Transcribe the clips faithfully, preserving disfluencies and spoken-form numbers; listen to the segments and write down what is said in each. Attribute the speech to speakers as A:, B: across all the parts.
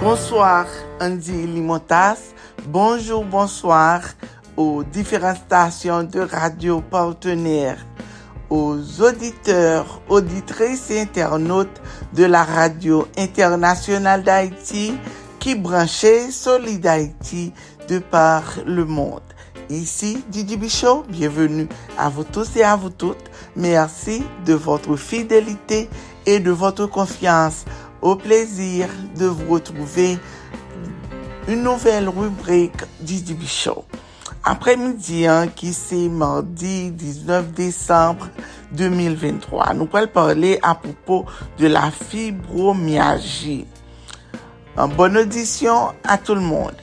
A: Bonsoir Andy Limotas, bonjour, bonsoir aux différentes stations de radio partenaires, aux auditeurs, auditrices et internautes de la radio internationale d'Haïti qui branchait Solid Haïti de par le monde. Ici D J B Show, bienvenue à vous tous et à vous toutes. Merci de votre fidélité et de votre confiance. Au plaisir de vous retrouver une nouvelle rubrique D J B Show. Après-midi, hein, qui c'est mardi dix-neuf décembre deux mille vingt-trois. Nous allons parler à propos de la fibromyalgie. En bonne audition à tout le monde.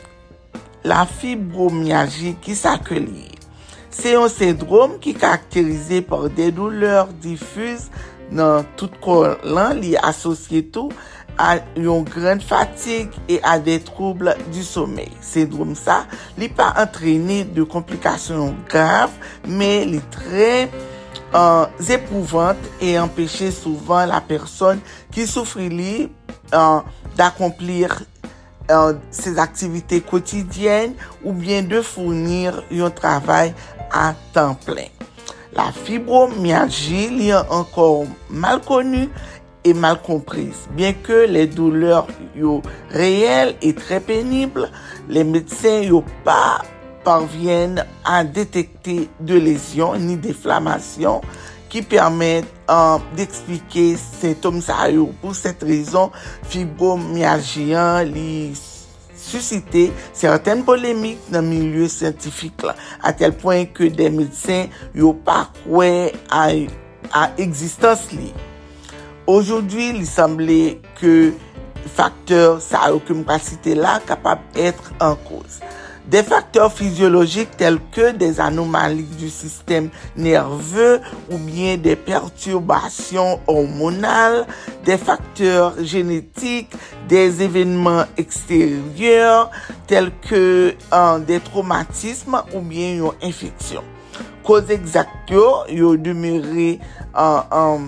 A: La fibromyalgie qui s'accueille, c'est un syndrome qui est caractérisé par des douleurs diffuses dans tout corps, lié associé tout à une grande fatigue et à des troubles du sommeil. Syndrome ça, il pas entraîné de complications graves, mais il est très euh, éprouvante et empêcher souvent la personne qui souffre li, euh, d'accomplir euh, ses activités quotidiennes ou bien de fournir un travail à temps plein. La fibromyalgie est encore mal connue et mal comprise. Bien que les douleurs sont réelles et très pénibles, les médecins ne pas parviennent à détecter de lésions ni d'inflammation qui permettent euh, d'expliquer ces symptômes. Pour cette raison, fibromyalgie li suscité certaines polémiques dans le milieu scientifique là, à tel point que des médecins n'ont pas cru à, à existence li. Aujourd'hui, il semblait que facteurs ça que me citer là capable d'être en cause. Des facteurs physiologiques tels que des anomalies du système nerveux ou bien des perturbations hormonales, des facteurs génétiques, des événements extérieurs tels que euh, des traumatismes ou bien une infection. Cause exacte yo demeuré euh, euh,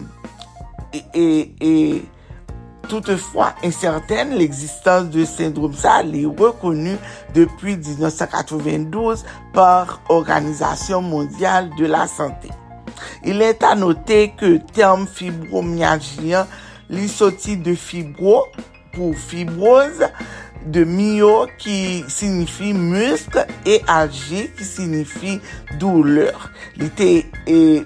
A: et, et, et toutefois incertaine, l'existence de syndrome ça est reconnue depuis dix-neuf cent quatre-vingt-douze par l'Organisation mondiale de la santé. Il est à noter que le terme fibromyalgie est sorti de fibro pour fibrose, de myo qui signifie muscle et algie qui signifie douleur. Il était, et,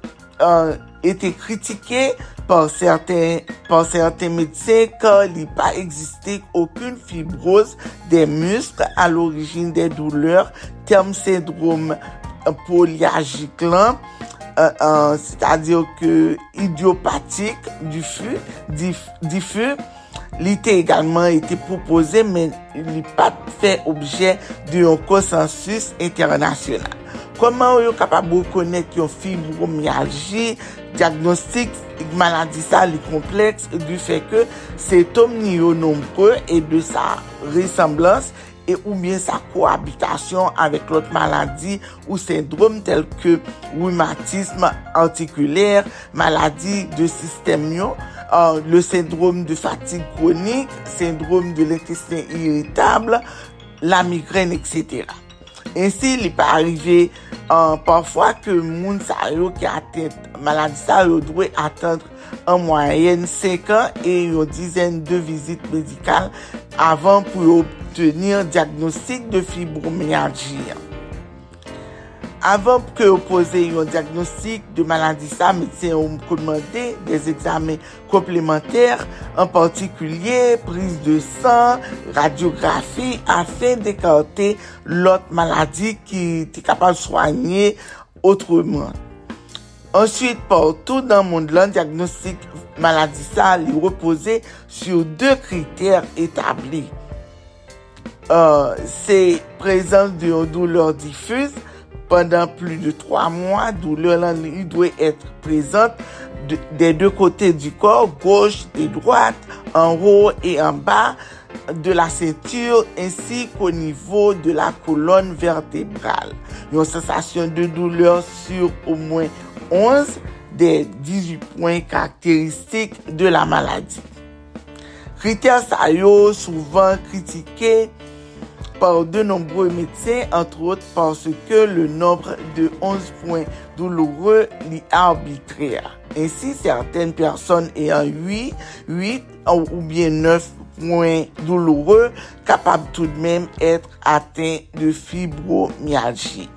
A: euh, était critiqué par certains, par certains médecins car il n'a pas existé aucune fibrose des muscles à l'origine des douleurs, terme syndrome polyalgique là, euh, euh, c'est-à-dire que idiopathique diffus, diff, diffus, il a également été proposé mais il n'a pas fait objet d'un consensus international. Comment on est capable de reconnaître une fibromyalgie? Diagnostic maladie ça est complexe du fait que symptômes sont nombreux et de sa ressemblance et ou bien sa cohabitation avec l'autre maladie ou syndrome tels que rhumatisme articulaire, maladie de système, euh, le syndrome de fatigue chronique, syndrome de l'intestin irritable, la migraine, et cetera. Ainsi, il n'est pas arrivé euh, parfois que moun sa yo qui atteint maladie ça yo doit attendre en moyenne cinq ans et une dizaine de visites médicales avant pour obtenir diagnostic de fibromyalgie. Avant que vous posiez un diagnostic de maladie ça, médecin ont commandé des examens complémentaires, en particulier prise de sang, radiographie, afin d'écarter l'autre maladie qui est capable de soigner autrement. Ensuite, partout dans le monde, le diagnostic maladie ça est reposé sur deux critères établis. Euh, c'est présence d'une douleur diffuse pendant plus de trois mois, douleur là, il doit être présente de, des deux côtés du corps, gauche et droite, en haut et en bas de la ceinture, ainsi qu'au niveau de la colonne vertébrale. Une sensation de douleur sur au moins onze des dix-huit points caractéristiques de la maladie. Critères ça yo souvent critiqués par de nombreux médecins, entre autres parce que le nombre de onze points douloureux est arbitraire. Ainsi, certaines personnes ayant huit, huit ou bien neuf points douloureux capables tout de même être atteints de fibromyalgie.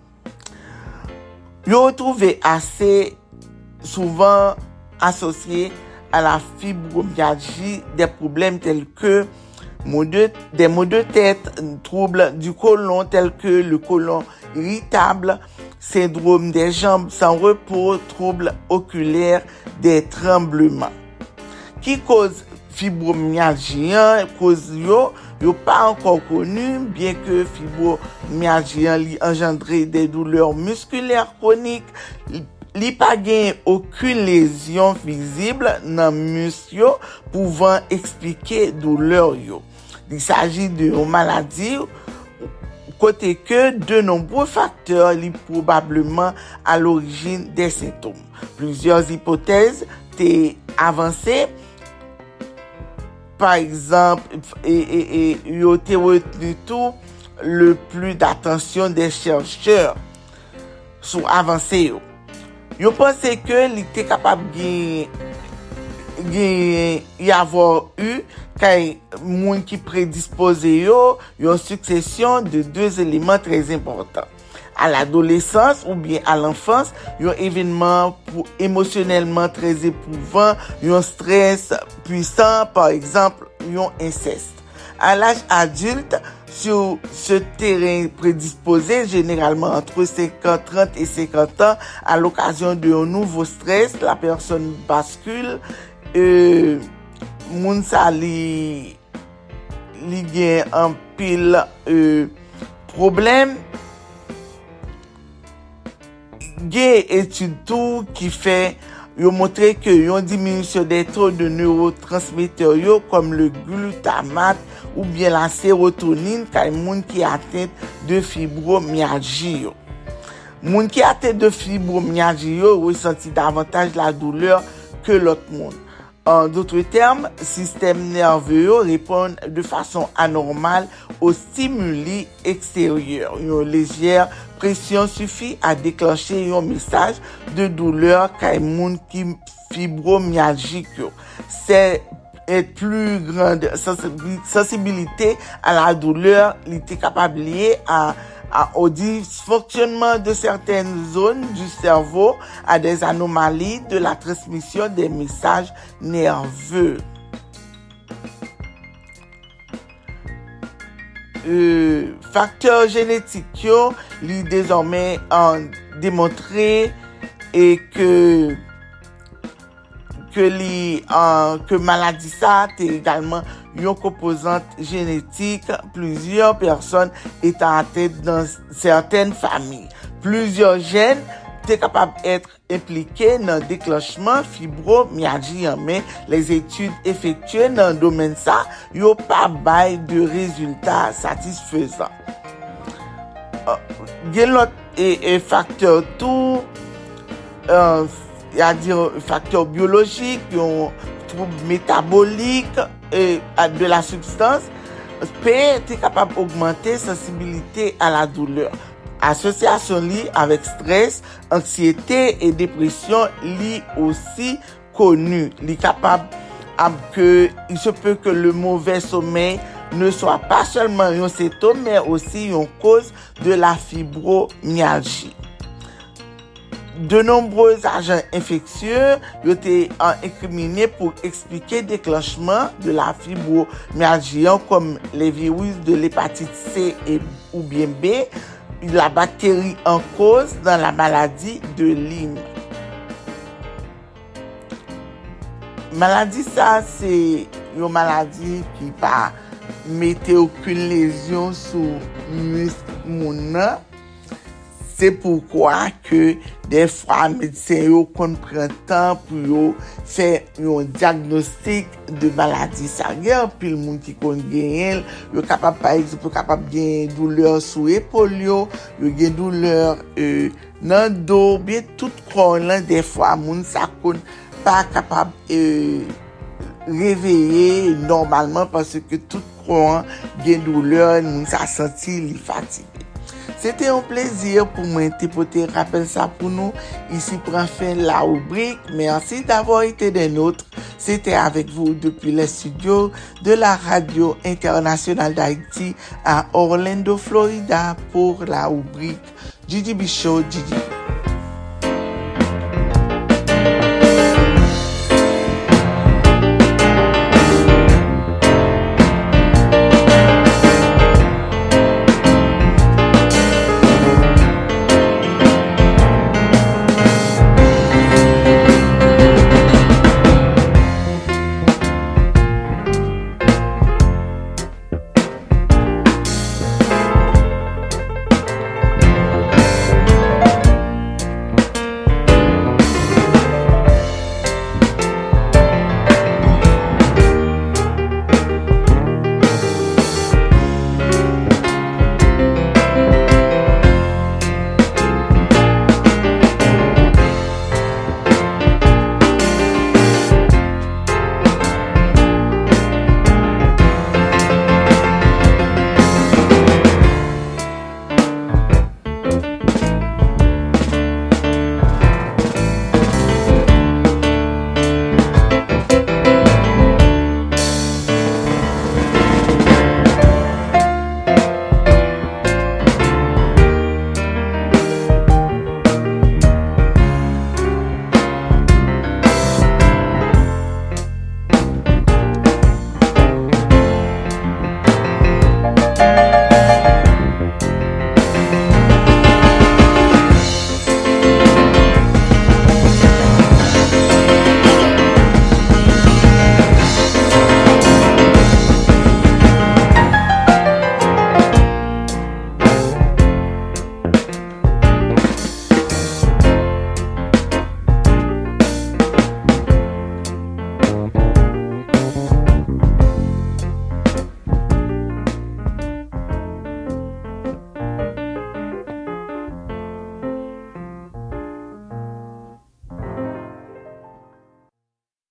A: Yo retrouvé assez souvent associés à la fibromyalgie des problèmes tels que de, des maux de tête, troubles du côlon tels que le côlon irritable, syndrome des jambes sans repos, troubles oculaires, des tremblements. Qui cause fibromyalgie, cause yo, yo pas encore connu, bien que fibromyalgie li engendré des douleurs musculaires chroniques, li pa gen aucune lésion visible dans muscle pouvant expliquer douleur yo. Il s'agit d'une maladie côté que de nombreux facteurs li probablement à l'origine des symptômes. Plusieurs hypothèses étaient avancées. Par exemple, et, et, et, yo te retenu tout le plus d'attention des chercheurs sur avancé yo. Yo pense que il était capable de y avoir eu kay moun qui prédisposé yo une succession de deux éléments très importants. À l'adolescence ou bien à l'enfance, un événement pour, émotionnellement très éprouvant, un stress puissant, par exemple, un inceste. À l'âge adulte, sur ce terrain prédisposé, généralement entre cinquante, trente et cinquante ans, à l'occasion d'un nouveau stress, la personne bascule, euh, moun sa li, li gen un pile, euh, problème. Gen étude tout qui fait yo montré que yon diminution des taux de neurotransmetteurs yo comme le glutamate ou bien la sérotonine kay moun qui atteint de fibromyalgie yo. Moun qui atteint de fibromyalgie yo ressenti davantage la douleur que l'autre monde. En d'autres termes, système nerveux répond de façon anormale aux stimuli extérieurs. Une légère pression suffit à déclencher un message de douleur kay moun qui fibromyalgique. C'est une plus grande sensibilité à la douleur, il est capable lié à À, au dysfonctionnement de certaines zones du cerveau, à des anomalies de la transmission des messages nerveux. Euh, facteurs génétiques, yo, li désormais en démontré et que que li euh, que maladie ça est également une composante génétique. Plusieurs personnes étant atteintes dans certaines familles. Plusieurs gènes étaient capables d'être impliqués dans le déclenchement fibromyalgie, mais les études effectuées dans le domaine ça, y'ont pas bail de résultats satisfaisants. Il y a l'autre et facteur tout, euh, il y a dire facteur biologique, un trouble métabolique et de la substance, peut être capable d'augmenter la sensibilité à la douleur. Association liée avec stress, anxiété et dépression liée aussi connue. Il est capable que il se peut que le mauvais sommeil ne soit pas seulement un symptôme mais aussi une cause de la fibromyalgie. De nombreux agents infectieux ont été incriminés pour expliquer le déclenchement de la fibromyalgie, comme les virus de l'hépatite C et, ou bien B, la bactérie en cause dans la maladie de Lyme. Maladie ça, c'est une maladie qui pas mettre aucune lésion sur muscle moun. C'est pourquoi que des fois médecins yo comprennent temps pour yo faire un diagnostic de maladie ça. Gen pile moun qui kon gen yo capable par exemple capable gen douleur sous épaule yo, yo gen douleur euh, dans dos, bien tout corps là des fois moun ça kon pas capable euh, réveiller normalement parce que tout courant gain douleur, nous ça senti li fatigué. C'était un plaisir pour moi de porter rappel ça pour nous. Ici prend fin la rubrique. Merci d'avoir été des nôtres. C'était avec vous depuis les studios de la Radio Internationale d'Haïti à Orlando, Florida pour la rubrique Gigi B Show Gigi.